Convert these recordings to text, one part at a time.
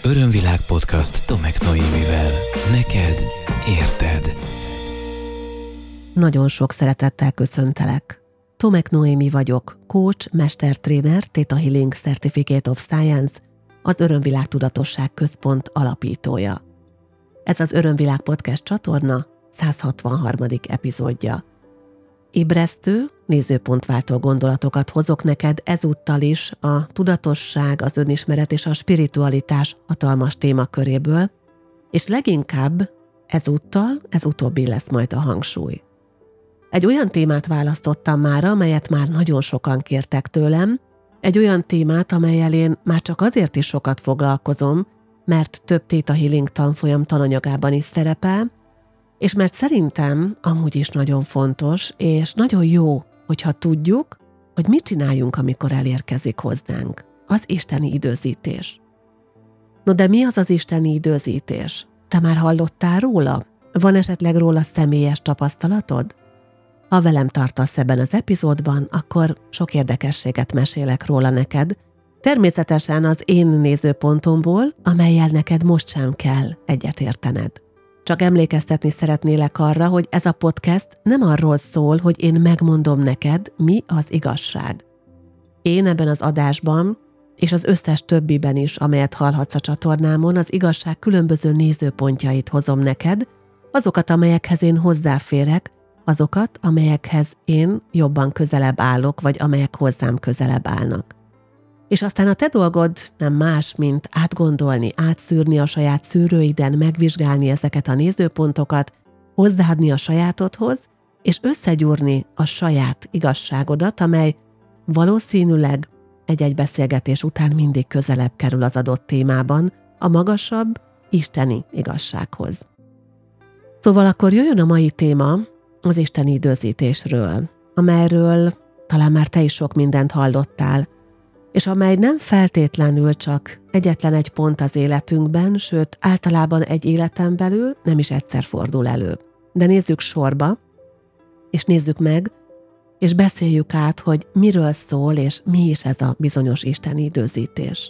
Örömvilág podcast Tomek Noémivel. Neked érted. Nagyon sok szeretettel köszöntelek. Tomek Noémi vagyok, coach, mestertréner, Theta Healing Certificate of Science, az Örömvilág Tudatosság Központ alapítója. Ez az Örömvilág podcast csatorna 163. epizódja. Ébresztő, nézőpontváltó gondolatokat hozok neked ezúttal is a tudatosság, az önismeret és a spiritualitás hatalmas témaköréből, és leginkább ez utóbbi lesz majd a hangsúly. Egy olyan témát választottam már, amelyet már nagyon sokan kértek tőlem, egy olyan témát, amellyel én már csak azért is sokat foglalkozom, mert több Theta Healing tanfolyam tananyagában is szerepel, és mert szerintem amúgy is nagyon fontos, és nagyon jó, hogyha tudjuk, hogy mit csináljunk, amikor elérkezik hozzánk. Az isteni időzítés. No de mi az az isteni időzítés? Te már hallottál róla? Van esetleg róla személyes tapasztalatod? Ha velem tartasz ebben az epizódban, akkor sok érdekességet mesélek róla neked, természetesen az én nézőpontomból, amellyel neked most sem kell egyetértened. Csak emlékeztetni szeretnélek arra, hogy ez a podcast nem arról szól, hogy én megmondom neked, mi az igazság. Én ebben az adásban, és az összes többiben is, amelyet hallhatsz a csatornámon, az igazság különböző nézőpontjait hozom neked, azokat, amelyekhez én hozzáférek, azokat, amelyekhez én jobban közelebb állok, vagy amelyek hozzám közelebb állnak. És aztán a te dolgod nem más, mint átgondolni, átszűrni a saját szűrőiden, megvizsgálni ezeket a nézőpontokat, hozzáadni a sajátodhoz, és összegyúrni a saját igazságodat, amely valószínűleg egy-egy beszélgetés után mindig közelebb kerül az adott témában, a magasabb, isteni igazsághoz. Szóval akkor jöjjön a mai téma az isteni időzítésről, amelyről talán már te is sok mindent hallottál, és amely nem feltétlenül csak egyetlen egy pont az életünkben, sőt általában egy életen belül nem is egyszer fordul elő. De nézzük sorba, és nézzük meg, és beszéljük át, hogy miről szól, és mi is ez a bizonyos isteni időzítés.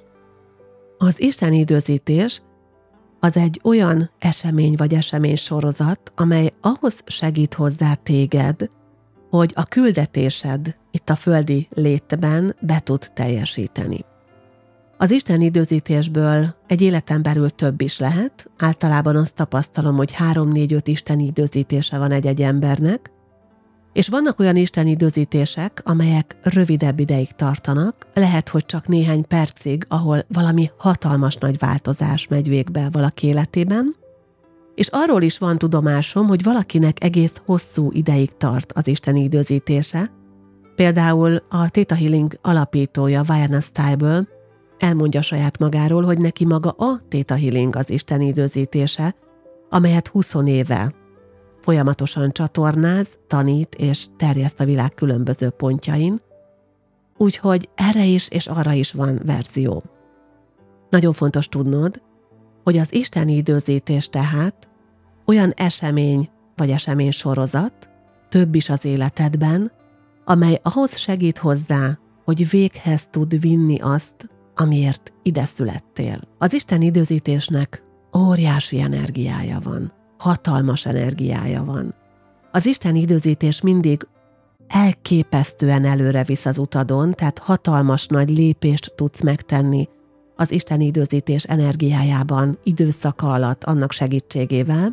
Az isteni időzítés az egy olyan esemény vagy eseménysorozat, amely ahhoz segít hozzá téged, hogy a küldetésed itt a földi létben be tud teljesíteni. Az isteni időzítésből egy életen belül több is lehet, általában azt tapasztalom, hogy 3-4-5 isteni időzítése van egy embernek, és vannak olyan isteni időzítések, amelyek rövidebb ideig tartanak, lehet, hogy csak néhány percig, ahol valami hatalmas nagy változás megy végbe valaki életében, és arról is van tudomásom, hogy valakinek egész hosszú ideig tart az isteni időzítése. Például a Theta Healing alapítója, Vajana Stable elmondja saját magáról, hogy neki maga a Theta Healing az isteni időzítése, amelyet 20 éve folyamatosan csatornáz, tanít és terjeszt a világ különböző pontjain, úgyhogy erre is és arra is van verzió. Nagyon fontos tudnod, hogy az isteni időzítés tehát olyan esemény vagy eseménysorozat, több is az életedben, amely ahhoz segít hozzá, hogy véghez tud vinni azt, amiért ide születtél. Az isteni időzítésnek óriási energiája van, hatalmas energiája van. Az isteni időzítés mindig elképesztően előre visz az utadon, tehát hatalmas nagy lépést tudsz megtenni az isteni időzítés energiájában, időszaka alatt, annak segítségével,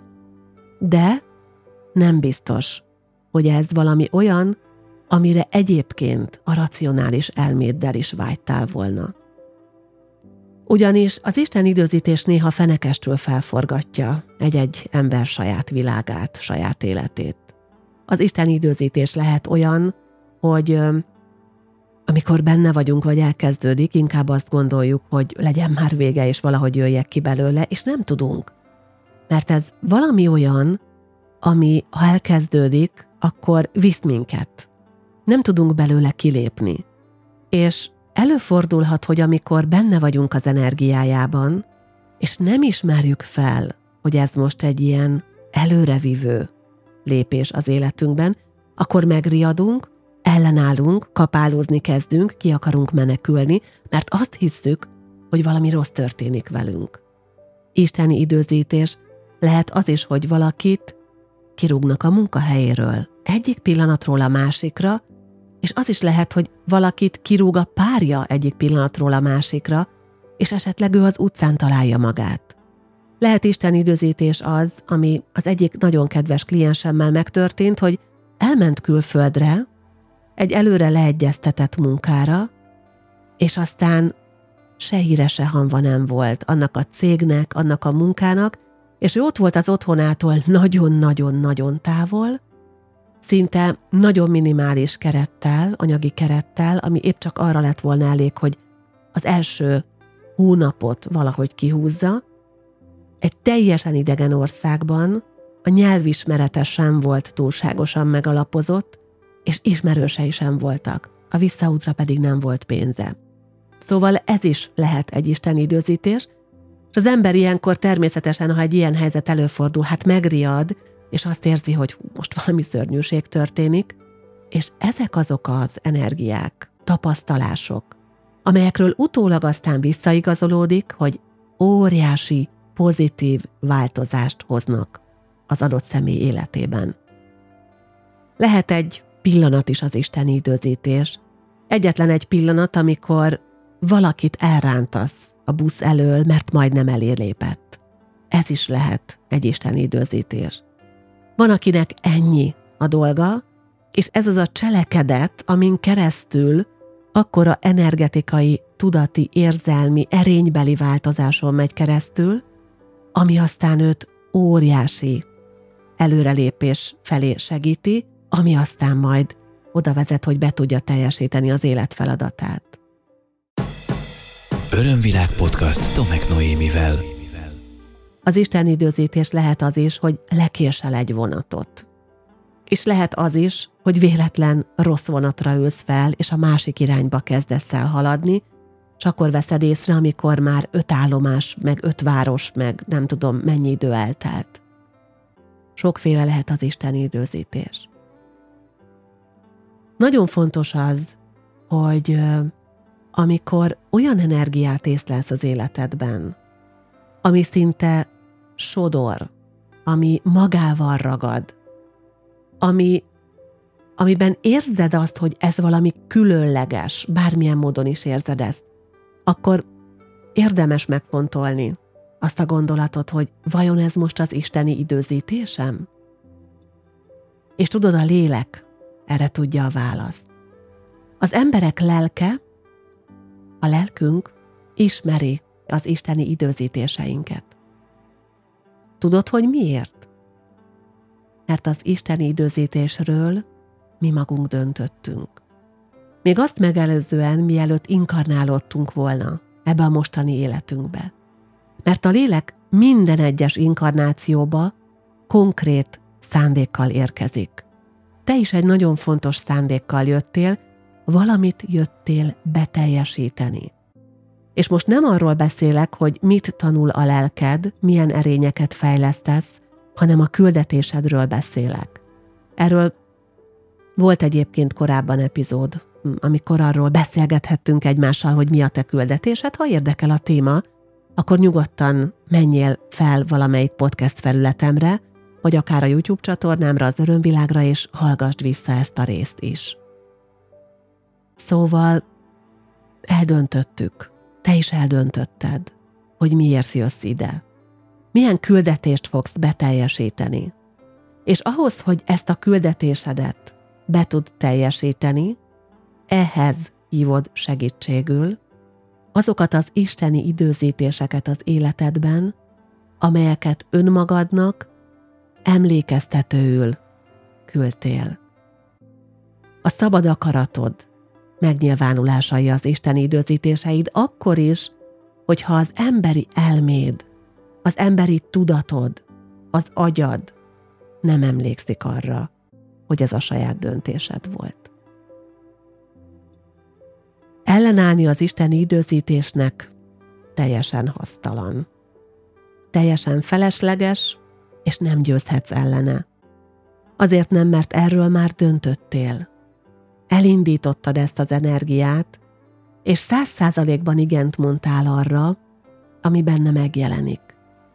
de nem biztos, hogy ez valami olyan, amire egyébként a racionális elméddel is vágytál volna. Ugyanis az isteni időzítés néha fenekestül felforgatja egy-egy ember saját világát, saját életét. Az isteni időzítés lehet olyan, hogy amikor benne vagyunk, vagy elkezdődik, inkább azt gondoljuk, hogy legyen már vége, és valahogy jöjjek ki belőle, és nem tudunk. Mert ez valami olyan, ami ha elkezdődik, akkor visz minket. Nem tudunk belőle kilépni. És előfordulhat, hogy amikor benne vagyunk az energiájában, és nem ismerjük fel, hogy ez most egy ilyen előrevívő lépés az életünkben, akkor megriadunk, ellenállunk, kapálózni kezdünk, ki akarunk menekülni, mert azt hisszük, hogy valami rossz történik velünk. Isteni időzítés lehet az is, hogy valakit kirúgnak a munkahelyéről egyik pillanatról a másikra, és az is lehet, hogy valakit kirúg a párja egyik pillanatról a másikra, és esetleg ő az utcán találja magát. Lehet Isten időzítés az, ami az egyik nagyon kedves kliensemmel megtörtént, hogy elment külföldre, egy előre leegyeztetett munkára, és aztán se híre, se hamva nem volt annak a cégnek, annak a munkának, és ő ott volt az otthonától nagyon-nagyon-nagyon távol, szinte nagyon minimális kerettel, anyagi kerettel, ami épp csak arra lett volna elég, hogy az első hónapot valahogy kihúzza. Egy teljesen idegen országban a nyelvismerete sem volt túlságosan megalapozott, és ismerősei sem voltak, a visszaútra pedig nem volt pénze. Szóval ez is lehet egy isteni időzítés, és az ember ilyenkor természetesen, ha egy ilyen helyzet előfordul, megriad, és azt érzi, hogy most valami szörnyűség történik, és ezek azok az energiák, tapasztalások, amelyekről utólag aztán visszaigazolódik, hogy óriási, pozitív változást hoznak az adott személy életében. Lehet egy pillanat is az isteni időzítés. Egyetlen egy pillanat, amikor valakit elrántasz a busz elől, mert majdnem elélépett. Ez is lehet egy isteni időzítés. Van, akinek ennyi a dolga, és ez az a cselekedet, amin keresztül akkora energetikai, tudati, érzelmi, erénybeli változáson megy keresztül, ami aztán őt óriási előrelépés felé segíti, ami aztán majd oda vezet, hogy be tudja teljesíteni az élet feladatát. Örömvilág podcast Tomek Noémivel. Az Isten időzítés lehet az is, hogy lekésel egy vonatot. És lehet az is, hogy véletlen rossz vonatra ülsz fel, és a másik irányba kezdesz el haladni, és akkor veszed észre, amikor már 5 állomás, meg 5 város, meg nem tudom mennyi idő eltelt. Sokféle lehet az isteni időzítés. Nagyon fontos az, hogy amikor olyan energiát észlelsz az életedben, ami szinte sodor, ami magával ragad, amiben érzed azt, hogy ez valami különleges, bármilyen módon is érzed ezt, akkor érdemes megfontolni azt a gondolatot, hogy vajon ez most az isteni időzítésem? És tudod, a lélek erre tudja a választ. Az emberek lelke, a lelkünk ismeri az isteni időzítéseinket. Tudod, hogy miért? Mert az isteni időzítésről mi magunk döntöttünk. Még azt megelőzően, mielőtt inkarnálódtunk volna ebbe a mostani életünkbe. Mert a lélek minden egyes inkarnációba konkrét szándékkal érkezik. Te is egy nagyon fontos szándékkal jöttél, valamit jöttél beteljesíteni. És most nem arról beszélek, hogy mit tanul a lelked, milyen erényeket fejlesztesz, hanem a küldetésedről beszélek. Erről volt egyébként korábban epizód, amikor arról beszélgethettünk egymással, hogy mi a te küldetésed. Ha érdekel a téma, akkor nyugodtan menjél fel valamelyik podcast felületemre, vagy akár a YouTube csatornámra, az Örömvilágra, és hallgassd vissza ezt a részt is. Szóval eldöntöttük, te is eldöntötted, hogy miért jössz ide. Milyen küldetést fogsz beteljesíteni. És ahhoz, hogy ezt a küldetésedet be tud teljesíteni, ehhez hívod segítségül azokat az isteni időzítéseket az életedben, amelyeket önmagadnak emlékeztetőül küldtél. A szabad akaratod megnyilvánulásai az isteni időzítéseid akkor is, hogyha az emberi elméd, az emberi tudatod, az agyad nem emlékszik arra, hogy ez a saját döntésed volt. Ellenállni az isteni időzítésnek teljesen hasztalan. Teljesen felesleges, és nem győzhetsz ellene. Azért nem, mert erről már döntöttél. Elindítottad ezt az energiát, és 100%-ban igent mondtál arra, ami benne megjelenik.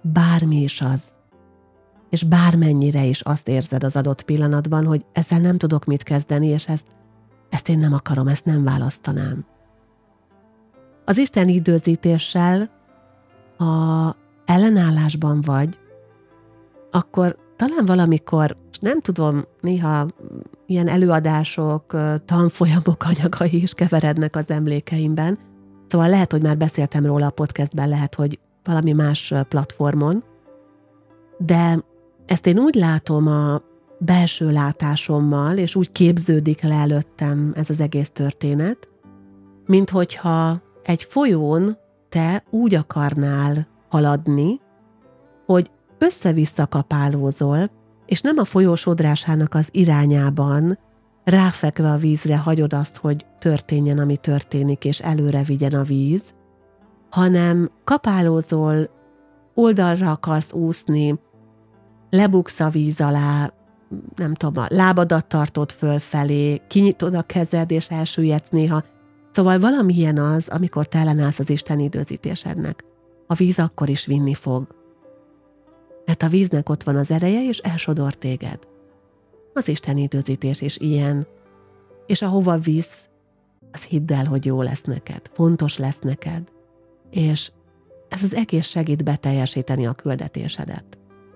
bármi is az, és bármennyire is azt érzed az adott pillanatban, hogy ezzel nem tudok mit kezdeni, és ezt én nem akarom, ezt nem választanám. Az Isten időzítéssel, ha ellenállásban vagy, akkor talán valamikor, nem tudom, néha ilyen előadások, tanfolyamok anyagai is keverednek az emlékeimben, szóval lehet, hogy már beszéltem róla a podcastben, lehet, hogy valami más platformon, de ezt én úgy látom a belső látásommal, és úgy képződik le előttem ez az egész történet, mint hogyha egy folyón te úgy akarnál haladni, hogy össze-vissza kapálózol, és nem a folyó sodrásának az irányában ráfekve a vízre hagyod azt, hogy történjen, ami történik, és előre vigyen a víz, hanem kapálózol, oldalra akarsz úszni, lebuksz a víz alá, nem tudom, a lábadat tartod fölfelé, kinyitod a kezed, és elsüllyedsz néha. Szóval valamilyen az, amikor te ellenállsz az Isten időzítésednek. A víz akkor is vinni fog. Mert a víznek ott van az ereje, és elsodor téged. Az Isten időzítés is ilyen. És ahova visz, az hidd el, hogy jó lesz neked, fontos lesz neked. És ez az egész segít beteljesíteni a küldetésedet.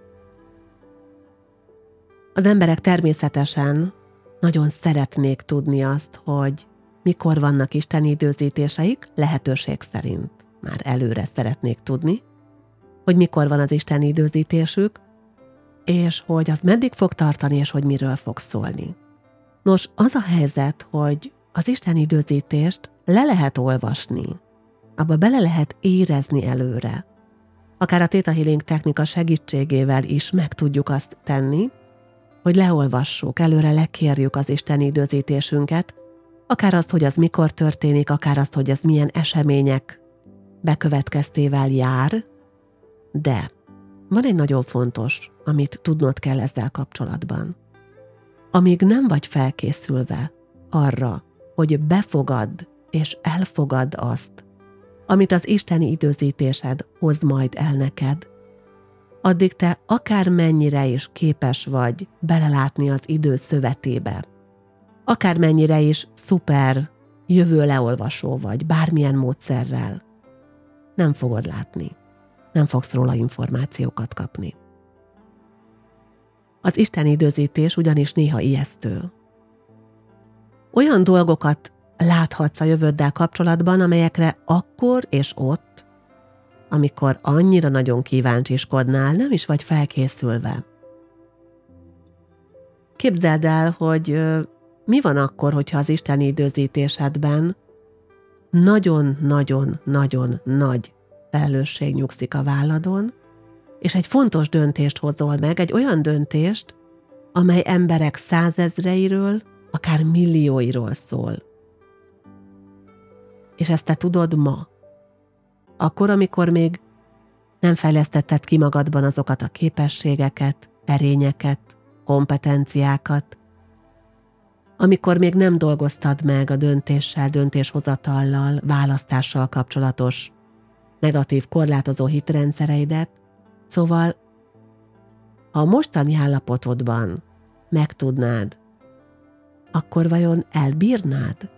Az emberek természetesen nagyon szeretnék tudni azt, hogy mikor vannak Isten időzítéseik, lehetőség szerint már előre szeretnék tudni, hogy mikor van az Isten időzítésük, és hogy az meddig fog tartani, és hogy miről fog szólni. Nos, az a helyzet, hogy az Isten időzítést le lehet olvasni, abba bele lehet érezni előre. Akár a Theta Healing technika segítségével is meg tudjuk azt tenni, hogy leolvassuk, előre lekérjük az Isten időzítésünket, akár azt, hogy az mikor történik, akár azt, hogy ez milyen események bekövetkeztével jár, de van egy nagyon fontos, amit tudnod kell ezzel kapcsolatban. Amíg nem vagy felkészülve arra, hogy befogadd és elfogadd azt, amit az isteni időzítésed hoz majd el neked, addig te akármennyire is képes vagy belelátni az idő szövetébe, akármennyire is szuper jövőleolvasó vagy bármilyen módszerrel, nem fogod látni, nem fogsz róla információkat kapni. Az Isten időzítés ugyanis néha ijesztő. Olyan dolgokat láthatsz a jövőddel kapcsolatban, amelyekre akkor és ott, amikor annyira nagyon kíváncsiskodnál, nem is vagy felkészülve. Képzeld el, hogy mi van akkor, hogyha az Isten időzítésedben nagyon-nagyon-nagyon nagy felelősség nyugszik a válladon, és egy fontos döntést hozol meg, egy olyan döntést, amely emberek százezreiről, akár millióiról szól. És ezt te tudod ma. Akkor, amikor még nem fejlesztetted ki magadban azokat a képességeket, erényeket, kompetenciákat, amikor még nem dolgoztad meg a döntéssel, döntéshozatallal, választással kapcsolatos negatív korlátozó hitrendszereidet, szóval ha a mostani állapotodban megtudnád, akkor vajon elbírnád?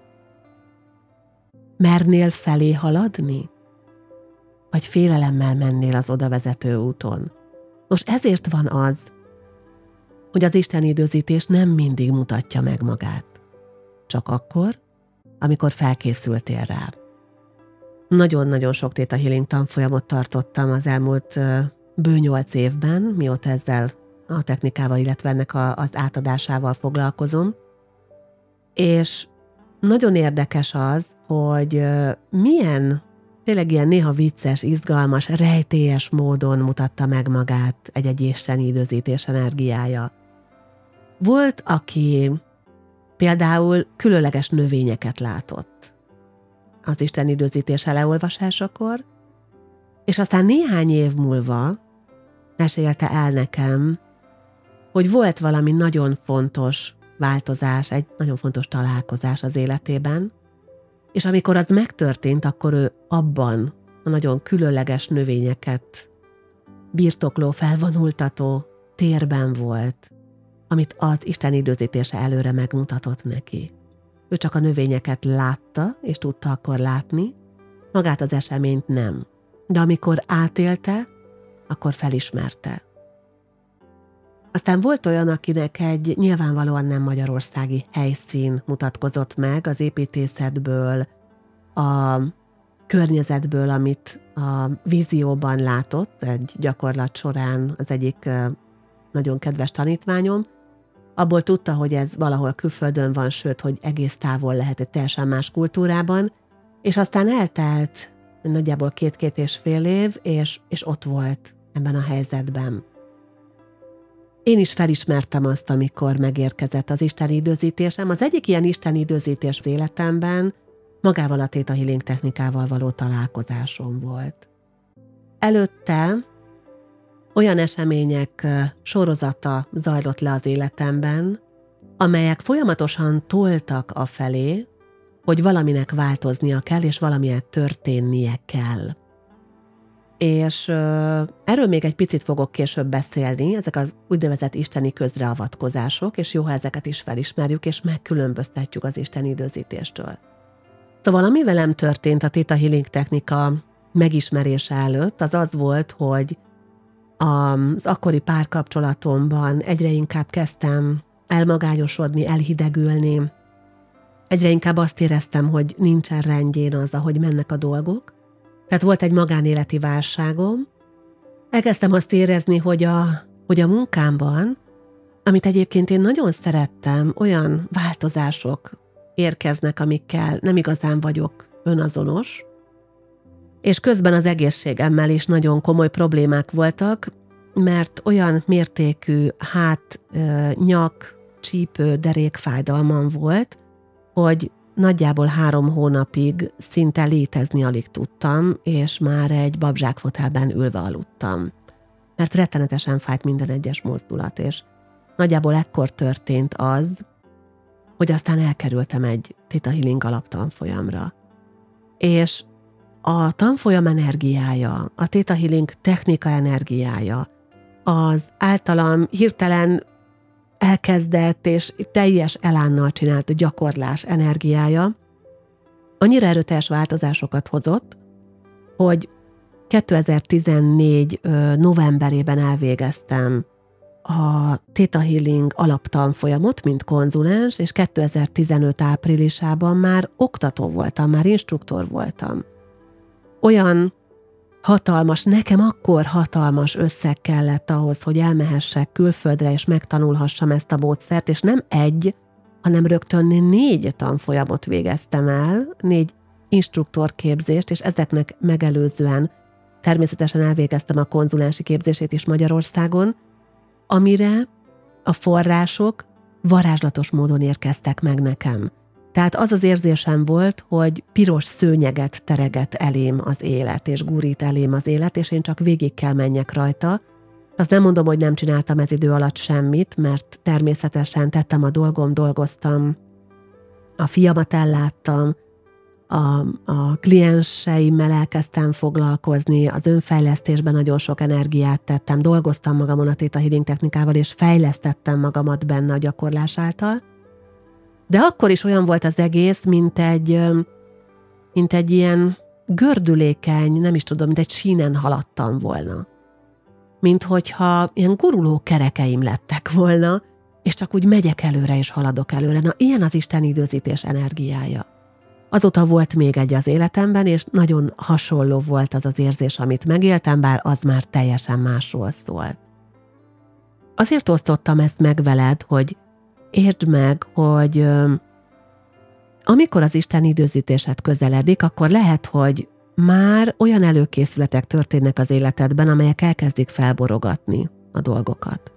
Mernél felé haladni? Vagy félelemmel mennél az odavezető úton? Most ezért van az, hogy az Isten időzítés nem mindig mutatja meg magát. Csak akkor, amikor felkészültél rá. Nagyon-nagyon sok Theta Healing tanfolyamot tartottam az elmúlt bő 8 évben, mióta ezzel a technikával, illetve ennek az átadásával foglalkozom. És nagyon érdekes az, hogy milyen tényleg ilyen néha vicces, izgalmas, rejtélyes módon mutatta meg magát egy Isten időzítés energiája. Volt, aki például különleges növényeket látott az Isten időzítése leolvasásakor, és aztán néhány év múlva mesélte el nekem, hogy volt valami nagyon fontos változás, egy nagyon fontos találkozás az életében, és amikor az megtörtént, akkor ő abban a nagyon különleges növényeket birtokló, felvonultató térben volt, amit az Isten időzítése előre megmutatott neki. Ő csak a növényeket látta, és tudta akkor látni, magát az eseményt nem. De amikor átélte, akkor felismerte. Aztán volt olyan, akinek egy nyilvánvalóan nem magyarországi helyszín mutatkozott meg az építészetből, a környezetből, amit a vízióban látott egy gyakorlat során az egyik nagyon kedves tanítványom. Abból tudta, hogy ez valahol külföldön van, sőt, hogy egész távol lehet egy teljesen más kultúrában, és aztán eltelt nagyjából 2-2,5 év, és ott volt ebben a helyzetben. Én is felismertem azt, amikor megérkezett az Isten időzítésem. Az egyik ilyen Isten időzítés az életemben magával a Theta Healing technikával való találkozásom volt. Előtte olyan események sorozata zajlott le az életemben, amelyek folyamatosan toltak afelé, hogy valaminek változnia kell, és valaminek történnie kell. És erről még egy picit fogok később beszélni, ezek az úgynevezett isteni közreavatkozások, és jó, ha ezeket is felismerjük, és megkülönböztetjük az isteni időzítéstől. Szóval ami velem történt a Theta Healing technika megismerése előtt, az az volt, hogy az akkori párkapcsolatomban egyre inkább kezdtem elmagányosodni, elhidegülni. Egyre inkább azt éreztem, hogy nincsen rendjén az, ahogy mennek a dolgok. Tehát volt egy magánéleti válságom. Elkezdtem azt érezni, hogy a munkámban, amit egyébként én nagyon szerettem, olyan változások érkeznek, amikkel nem igazán vagyok önazonos, és közben az egészségemmel is nagyon komoly problémák voltak, mert olyan mértékű nyak, csípő, derékfájdalmam volt, hogy nagyjából 3 hónapig szinte létezni alig tudtam, és már egy babzsákfotelben ülve aludtam. Mert rettenetesen fájt minden egyes mozdulat, és nagyjából ekkor történt az, hogy aztán elkerültem egy Theta Healing alaptanfolyamra. És a tanfolyam energiája, a Theta Healing technika energiája, az általam hirtelen elkezdett és teljes elánnal csinált gyakorlás energiája annyira erőteljes változásokat hozott, hogy 2014 novemberében elvégeztem a Theta Healing alaptanfolyamot, mint konzulens, és 2015 áprilisában már oktató voltam, már instruktor voltam. Olyan hatalmas, nekem akkor hatalmas összeg kellett ahhoz, hogy elmehessek külföldre, és megtanulhassam ezt a módszert, és nem egy, hanem rögtön 4 tanfolyamot végeztem el, 4 instruktorképzést, és ezeknek megelőzően természetesen elvégeztem a konzulensi képzését is Magyarországon, amire a források varázslatos módon érkeztek meg nekem. Tehát az az érzésem volt, hogy piros szőnyeget tereget elém az élet, és gurít elém az élet, és én csak végig kell menjek rajta. Azt nem mondom, hogy nem csináltam ez idő alatt semmit, mert természetesen tettem a dolgom, dolgoztam, a fiamat elláttam, a klienseimmel elkezdtem foglalkozni, az önfejlesztésben nagyon sok energiát tettem, dolgoztam magamon a Theta Healing technikával, és fejlesztettem magamat benne a gyakorlás által. De akkor is olyan volt az egész, mint egy ilyen gördülékeny, nem is tudom, mint egy sínen haladtam volna. Mint hogyha ilyen guruló kerekeim lettek volna, és csak úgy megyek előre és haladok előre. Na, ilyen az Isten időzítés energiája. Azóta volt még egy az életemben, és nagyon hasonló volt az az érzés, amit megéltem, bár az már teljesen másról szólt. Azért osztottam ezt meg veled, hogy értsd meg, hogy amikor az Isten időzítésed közeledik, akkor lehet, hogy már olyan előkészületek történnek az életedben, amelyek elkezdik felborogatni a dolgokat.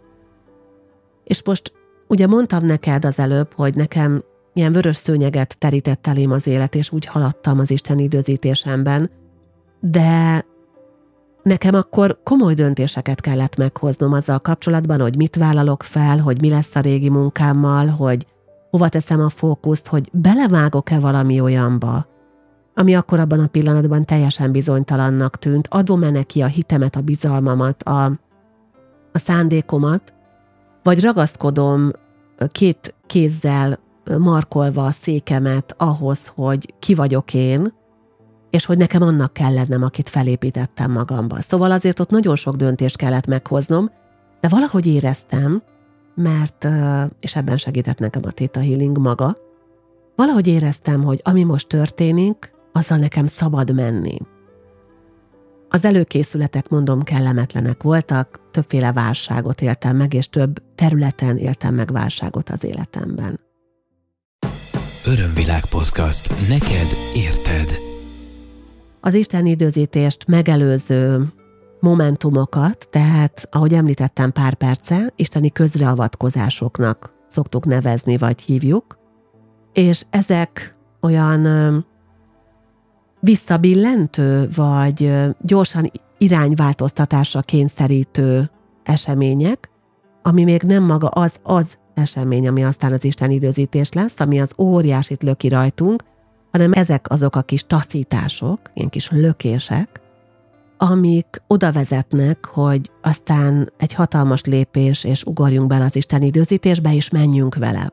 És most ugye mondtam neked az előbb, hogy nekem ilyen vörös szőnyeget terített elém az élet, és úgy haladtam az Isten időzítésemben, de nekem akkor komoly döntéseket kellett meghoznom azzal kapcsolatban, hogy mit vállalok fel, hogy mi lesz a régi munkámmal, hogy hova teszem a fókuszt, hogy belevágok-e valami olyanba, ami akkor abban a pillanatban teljesen bizonytalannak tűnt. Adom-e neki a hitemet, a bizalmamat, a szándékomat, vagy ragaszkodom két kézzel markolva a székemet ahhoz, hogy ki vagyok én, és hogy nekem annak kell lennem, akit felépítettem magamba. Szóval azért ott nagyon sok döntést kellett meghoznom, de valahogy éreztem, mert, és ebben segített nekem a Theta Healing maga, valahogy éreztem, hogy ami most történik, azzal nekem szabad menni. Az előkészületek, mondom, kellemetlenek voltak, többféle válságot éltem meg, és több területen éltem meg válságot az életemben. Örömvilág podcast. Neked érted. Az Isten időzítést megelőző momentumokat, tehát, ahogy említettem pár perce, isteni közreavatkozásoknak szoktuk nevezni, vagy hívjuk, és ezek olyan visszabillentő, vagy gyorsan irányváltoztatásra kényszerítő események, ami még nem maga az esemény, ami aztán az Isten időzítés lesz, ami az óriásit löki rajtunk, hanem ezek azok a kis taszítások, ilyen kis lökések, amik oda vezetnek, hogy aztán egy hatalmas lépés, és ugorjunk bele az Isten időzítésbe, és menjünk vele.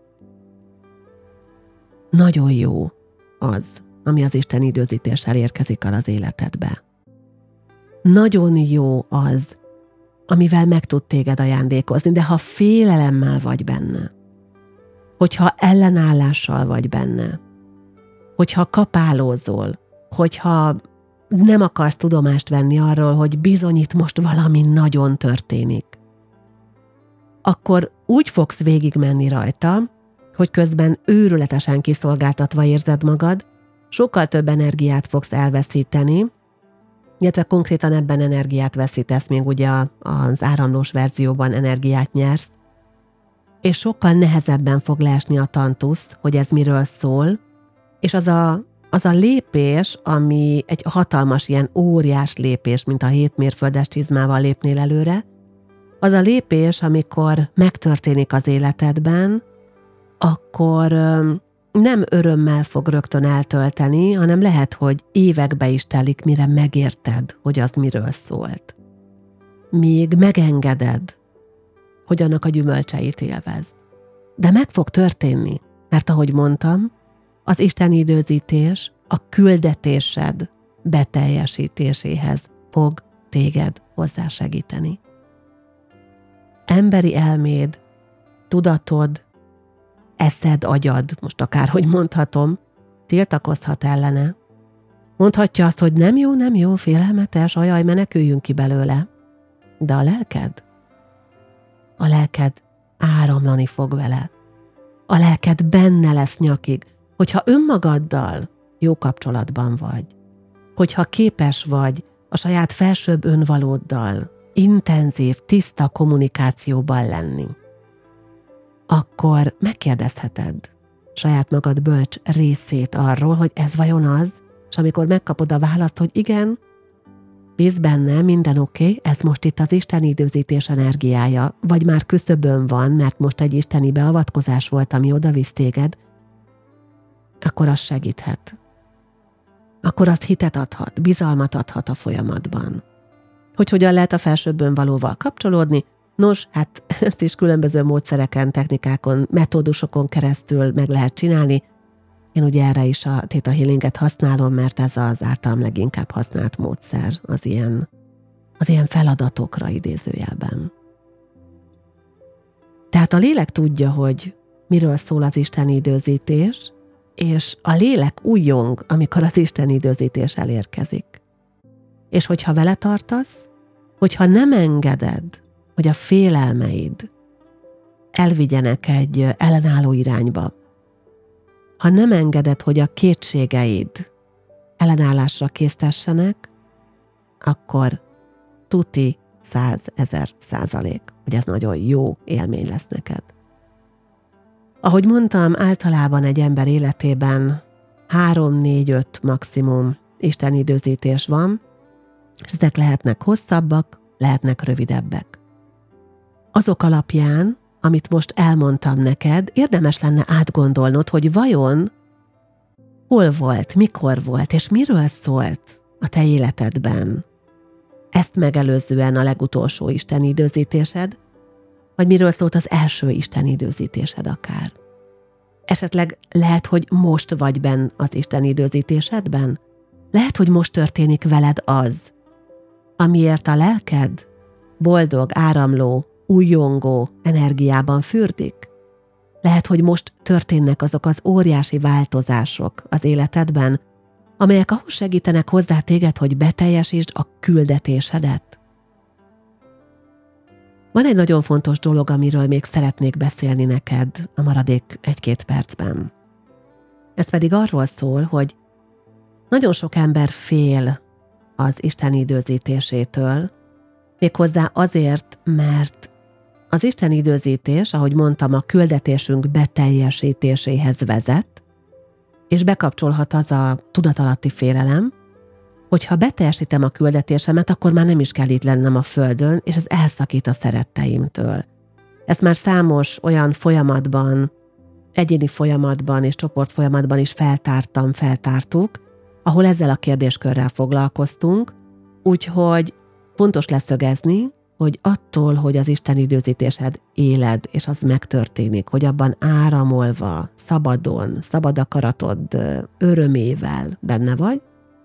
Nagyon jó az, ami az Isten időzítéssel érkezik el az életedbe. Nagyon jó az, amivel meg tud téged ajándékozni, de ha félelemmel vagy benne, hogyha ellenállással vagy benne, hogyha kapálózol, hogyha nem akarsz tudomást venni arról, hogy bizony itt most valami nagyon történik, akkor úgy fogsz végigmenni rajta, hogy közben őrületesen kiszolgáltatva érzed magad, sokkal több energiát fogsz elveszíteni, illetve konkrétan ebben energiát veszítesz, még ugye az áramlós verzióban energiát nyersz, és sokkal nehezebben fog leesni a tantusz, hogy ez miről szól, és az a lépés, ami egy hatalmas ilyen óriás lépés, mint a 7 mérföldes csizmával lépnél előre, az a lépés, amikor megtörténik az életedben, akkor nem örömmel fog rögtön eltölteni, hanem lehet, hogy évekbe is telik, mire megérted, hogy az miről szólt. Míg megengeded, hogy annak a gyümölcseit élvezd. De meg fog történni, mert ahogy mondtam, az Isten időzítés a küldetésed beteljesítéséhez fog téged hozzásegíteni. Emberi elméd, tudatod, eszed, agyad, most akárhogy mondhatom, tiltakozhat ellene. Mondhatja azt, hogy nem jó, félelmetes, ajaj, meneküljünk ki belőle. De a lelked áramlani fog vele. A lelked benne lesz nyakig, hogyha önmagaddal jó kapcsolatban vagy, hogyha képes vagy a saját felsőbb önvalóddal intenzív, tiszta kommunikációban lenni, akkor megkérdezheted saját magad bölcs részét arról, hogy ez vajon az, és amikor megkapod a választ, hogy igen, bízz benne, minden oké, ez most itt az Isten időzítés energiája, vagy már küszöbön van, mert most egy isteni beavatkozás volt, ami odavisz téged, akkor az segíthet. Akkor az hitet adhat, bizalmat adhat a folyamatban. Hogy hogyan lehet a felsőbb önvalóval kapcsolódni? Nos, hát ezt is különböző módszereken, technikákon, metódusokon keresztül meg lehet csinálni. Én ugye erre is a Theta Healinget használom, mert ez az általam leginkább használt módszer az ilyen feladatokra idézőjelben. Tehát a lélek tudja, hogy miről szól az Isten időzítés, és a lélek újjong, amikor az Isten időzítés elérkezik. És hogyha vele tartasz, hogyha nem engeded, hogy a félelmeid elvigyenek egy ellenálló irányba, ha nem engeded, hogy a kétségeid ellenállásra késztessenek, akkor tuti 100 000%, hogy ez nagyon jó élmény lesz neked. Ahogy mondtam, általában egy ember életében 3-4-5 maximum Isten időzítés van, és ezek lehetnek hosszabbak, lehetnek rövidebbek. Azok alapján, amit most elmondtam neked, érdemes lenne átgondolnod, hogy vajon hol volt, mikor volt, és miről szólt a te életedben ezt megelőzően a legutolsó isteni időzítésed, vagy miről szólt az első isteni időzítésed akár. Esetleg lehet, hogy most vagy benn az isteni időzítésedben? Lehet, hogy most történik veled az, amiért a lelked boldog, áramló, újjongó energiában fürdik? Lehet, hogy most történnek azok az óriási változások az életedben, amelyek ahhoz segítenek hozzá téged, hogy beteljesítsd a küldetésedet. Van egy nagyon fontos dolog, amiről még szeretnék beszélni neked a maradék 1-2 percben. Ez pedig arról szól, hogy nagyon sok ember fél az Isten időzítésétől, méghozzá azért, mert az Isten időzítés, ahogy mondtam, a küldetésünk beteljesítéséhez vezet, és bekapcsolhat az a tudatalatti félelem, hogy ha beteljesítem a küldetésemet, akkor már nem is kell itt lennem a földön, és ez elszakít a szeretteimtől. Ezt már számos olyan folyamatban, egyéni folyamatban és csoportfolyamatban is feltártuk, ahol ezzel a kérdéskörrel foglalkoztunk, úgyhogy fontos leszögezni, hogy attól, hogy az Isten időzítésed éled, és az megtörténik, hogy abban áramolva, szabadon, szabad akaratod örömével benne vagy,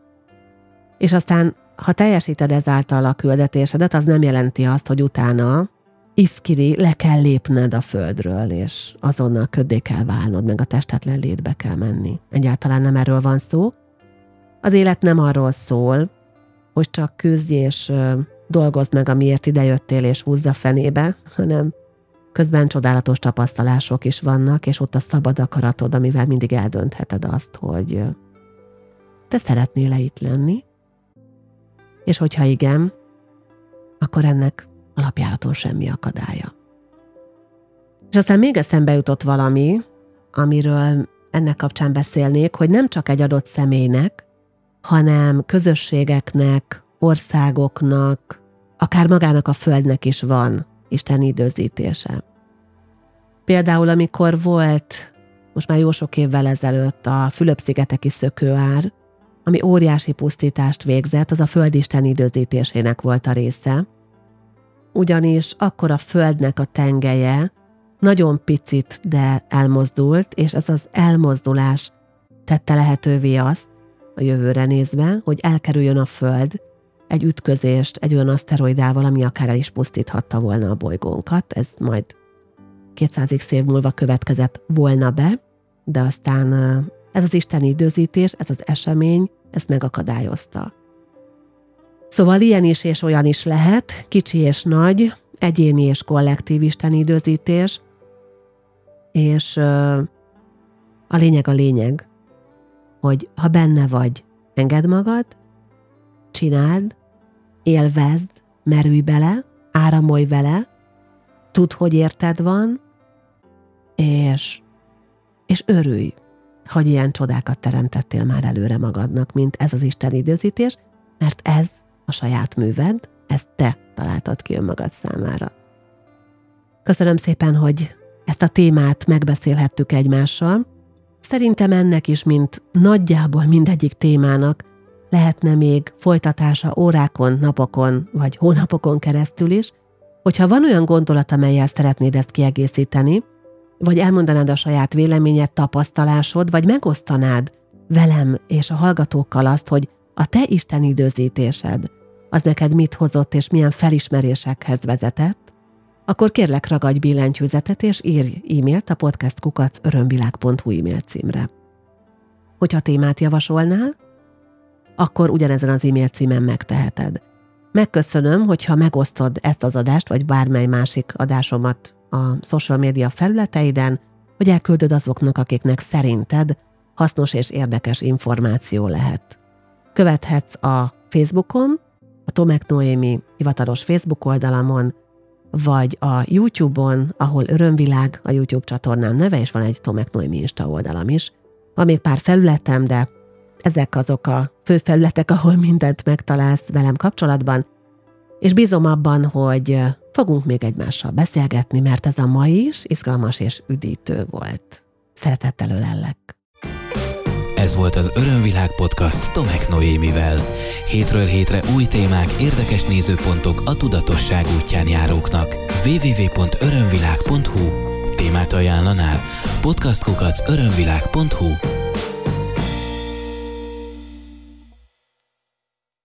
és aztán, ha teljesíted ezáltal a küldetésedet, az nem jelenti azt, hogy utána iszkiri, le kell lépned a földről, és azonnal köddé kell válnod, meg a testetlen létbe kell menni. Egyáltalán nem erről van szó. Az élet nem arról szól, hogy csak küzdj és dolgozd meg, amiért idejöttél, és húzz a fenébe, hanem közben csodálatos tapasztalások is vannak, és ott a szabad akaratod, amivel mindig eldöntheted azt, hogy te szeretnél-e itt lenni, és hogyha igen, akkor ennek alapjáraton semmi akadálya. És aztán még eszembe jutott valami, amiről ennek kapcsán beszélnék, hogy nem csak egy adott személynek, hanem közösségeknek, országoknak, akár magának a Földnek is van Isten időzítése. Például, amikor volt, most már jó sok évvel ezelőtt a Fülöp-szigeteki szökőár, ami óriási pusztítást végzett, az a Föld Isten időzítésének volt a része. Ugyanis akkor a Földnek a tengelye nagyon picit, de elmozdult, és ez az elmozdulás tette lehetővé azt, a jövőre nézve, hogy elkerüljön a Föld egy ütközést egy olyan aszteroidával, ami akár el is pusztíthatta volna a bolygónkat. Ez majd 200x év múlva következett volna be, de aztán ez az isteni időzítés, ez az esemény, ezt megakadályozta. Szóval ilyen is és olyan is lehet, kicsi és nagy, egyéni és kollektív isteni időzítés, és a lényeg, hogy ha benne vagy, engedd magad, csináld, élvezd, merülj bele, áramolj vele, tudd, hogy érted van, és örülj, hogy ilyen csodákat teremtettél már előre magadnak, mint ez az Isten időzítés, mert ez a saját műved, ezt te találtad ki önmagad számára. Köszönöm szépen, hogy ezt a témát megbeszélhettük egymással. Szerintem ennek is, mint nagyjából mindegyik témának, lehetne még folytatása órákon, napokon vagy hónapokon keresztül is, hogyha van olyan gondolat, amellyel szeretnéd ezt kiegészíteni, vagy elmondanád a saját véleményed, tapasztalásod, vagy megosztanád velem és a hallgatókkal azt, hogy a te Isten időzítésed az neked mit hozott és milyen felismerésekhez vezetett, akkor kérlek ragadj billentyűzetet és írj e-mailt a podcast@örömvilág.hu e-mail címre. Hogyha témát javasolnál, akkor ugyanezen az e-mail címen megteheted. Megköszönöm, hogyha megosztod ezt az adást, vagy bármely másik adásomat a social media felületeiden, hogy elküldöd azoknak, akiknek szerinted hasznos és érdekes információ lehet. Követhetsz a Facebookon, a Tomek Noémi hivatalos Facebook oldalamon, vagy a YouTube-on, ahol Örömvilág a YouTube csatornám neve, és van egy Tomek Noémi Insta oldalam is. Van még pár felületem, de ezek azok a fő felületek, ahol mindent megtalálsz velem kapcsolatban, és bízom abban, hogy fogunk még egymással beszélgetni, mert ez a mai is izgalmas és üdítő volt. Szeretettel ölellek! Ez volt az Örömvilág podcast Tomek Noémivel. Hétről hétre új témák, érdekes nézőpontok a tudatosság útján járóknak. www.örömvilág.hu Témát ajánlanál? podcastkukac.örömvilág.hu